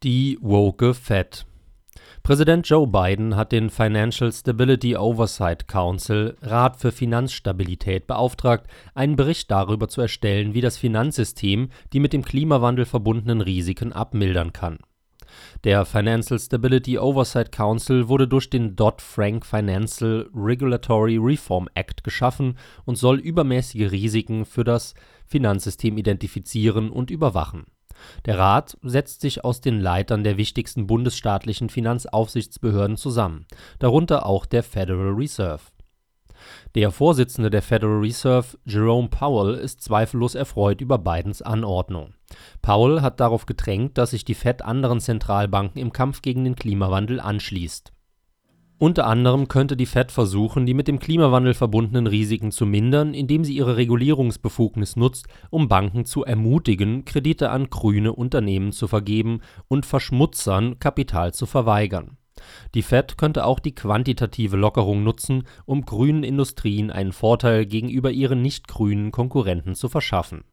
Die woke Fed. Präsident Joe Biden hat den Financial Stability Oversight Council, Rat für Finanzstabilität, beauftragt, einen Bericht darüber zu erstellen, wie das Finanzsystem die mit dem Klimawandel verbundenen Risiken abmildern kann. Der Financial Stability Oversight Council wurde durch den Dodd-Frank Financial Regulatory Reform Act geschaffen und soll übermäßige Risiken für das Finanzsystem identifizieren und überwachen. Der Rat setzt sich aus den Leitern der wichtigsten bundesstaatlichen Finanzaufsichtsbehörden zusammen, darunter auch der Federal Reserve. Der Vorsitzende der Federal Reserve, Jerome Powell, ist zweifellos erfreut über Bidens Anordnung. Powell hat darauf gedrängt, dass sich die Fed anderen Zentralbanken im Kampf gegen den Klimawandel anschließt. Unter anderem könnte die Fed versuchen, die mit dem Klimawandel verbundenen Risiken zu mindern, indem sie ihre Regulierungsbefugnis nutzt, um Banken zu ermutigen, Kredite an grüne Unternehmen zu vergeben und Verschmutzern Kapital zu verweigern. Die Fed könnte auch die quantitative Lockerung nutzen, um grünen Industrien einen Vorteil gegenüber ihren nicht grünen Konkurrenten zu verschaffen.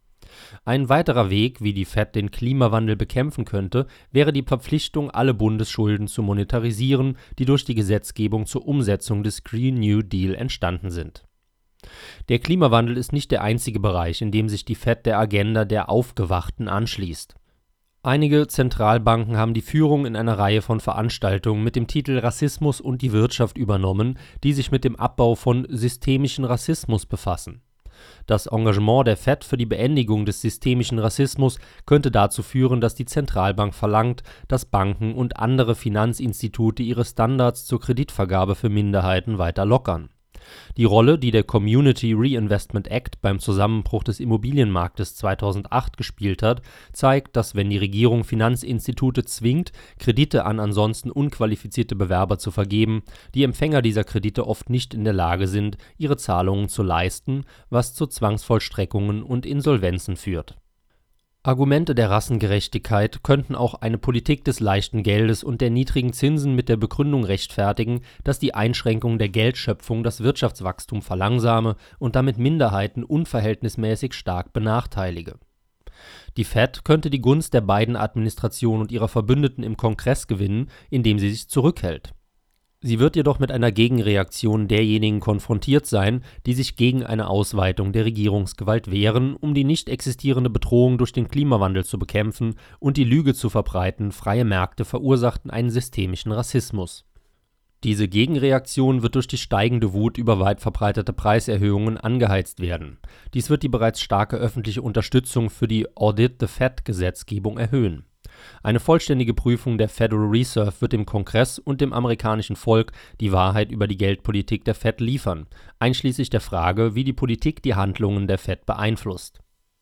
Ein weiterer Weg, wie die Fed den Klimawandel bekämpfen könnte, wäre die Verpflichtung, alle Bundesschulden zu monetarisieren, die durch die Gesetzgebung zur Umsetzung des Green New Deal entstanden sind. Der Klimawandel ist nicht der einzige Bereich, in dem sich die Fed der Agenda der Aufgewachten anschließt. Einige Zentralbanken haben die Führung in einer Reihe von Veranstaltungen mit dem Titel Rassismus und die Wirtschaft übernommen, die sich mit dem Abbau von systemischen Rassismus befassen. Das Engagement der Fed für die Beendigung des systemischen Rassismus könnte dazu führen, dass die Zentralbank verlangt, dass Banken und andere Finanzinstitute ihre Standards zur Kreditvergabe für Minderheiten weiter lockern. Die Rolle, die der Community Reinvestment Act beim Zusammenbruch des Immobilienmarktes 2008 gespielt hat, zeigt, dass wenn die Regierung Finanzinstitute zwingt, Kredite an ansonsten unqualifizierte Bewerber zu vergeben, die Empfänger dieser Kredite oft nicht in der Lage sind, ihre Zahlungen zu leisten, was zu Zwangsvollstreckungen und Insolvenzen führt. Argumente der Rassengerechtigkeit könnten auch eine Politik des leichten Geldes und der niedrigen Zinsen mit der Begründung rechtfertigen, dass die Einschränkung der Geldschöpfung das Wirtschaftswachstum verlangsame und damit Minderheiten unverhältnismäßig stark benachteilige. Die Fed könnte die Gunst der Biden-Administration und ihrer Verbündeten im Kongress gewinnen, indem sie sich zurückhält. Sie wird jedoch mit einer Gegenreaktion derjenigen konfrontiert sein, die sich gegen eine Ausweitung der Regierungsgewalt wehren, um die nicht existierende Bedrohung durch den Klimawandel zu bekämpfen und die Lüge zu verbreiten, freie Märkte verursachten einen systemischen Rassismus. Diese Gegenreaktion wird durch die steigende Wut über weit verbreitete Preiserhöhungen angeheizt werden. Dies wird die bereits starke öffentliche Unterstützung für die Audit the Fed-Gesetzgebung erhöhen. Eine vollständige Prüfung der Federal Reserve wird dem Kongress und dem amerikanischen Volk die Wahrheit über die Geldpolitik der Fed liefern, einschließlich der Frage, wie die Politik die Handlungen der Fed beeinflusst.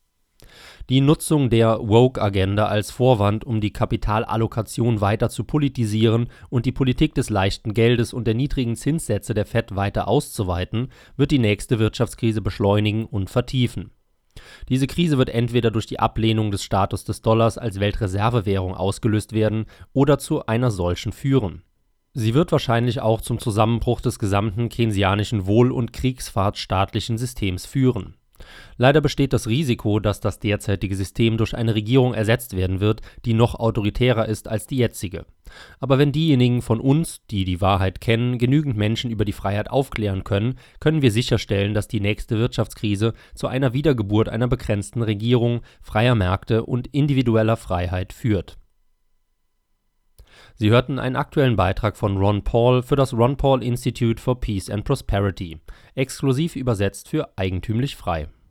Die Nutzung der Woke-Agenda als Vorwand, um die Kapitalallokation weiter zu politisieren und die Politik des leichten Geldes und der niedrigen Zinssätze der Fed weiter auszuweiten, wird die nächste Wirtschaftskrise beschleunigen und vertiefen. Diese Krise wird entweder durch die Ablehnung des Status des Dollars als Weltreservewährung ausgelöst werden oder zu einer solchen führen. Sie wird wahrscheinlich auch zum Zusammenbruch des gesamten keynesianischen Wohl- und kriegsfahrtstaatlichen Systems führen. Leider besteht das Risiko, dass das derzeitige System durch eine Regierung ersetzt werden wird, die noch autoritärer ist als die jetzige. Aber wenn diejenigen von uns, die die Wahrheit kennen, genügend Menschen über die Freiheit aufklären können, können wir sicherstellen, dass die nächste Wirtschaftskrise zu einer Wiedergeburt einer begrenzten Regierung, freier Märkte und individueller Freiheit führt. Sie hörten einen aktuellen Beitrag von Ron Paul für das Ron Paul Institute for Peace and Prosperity, exklusiv übersetzt für Eigentümlich Frei.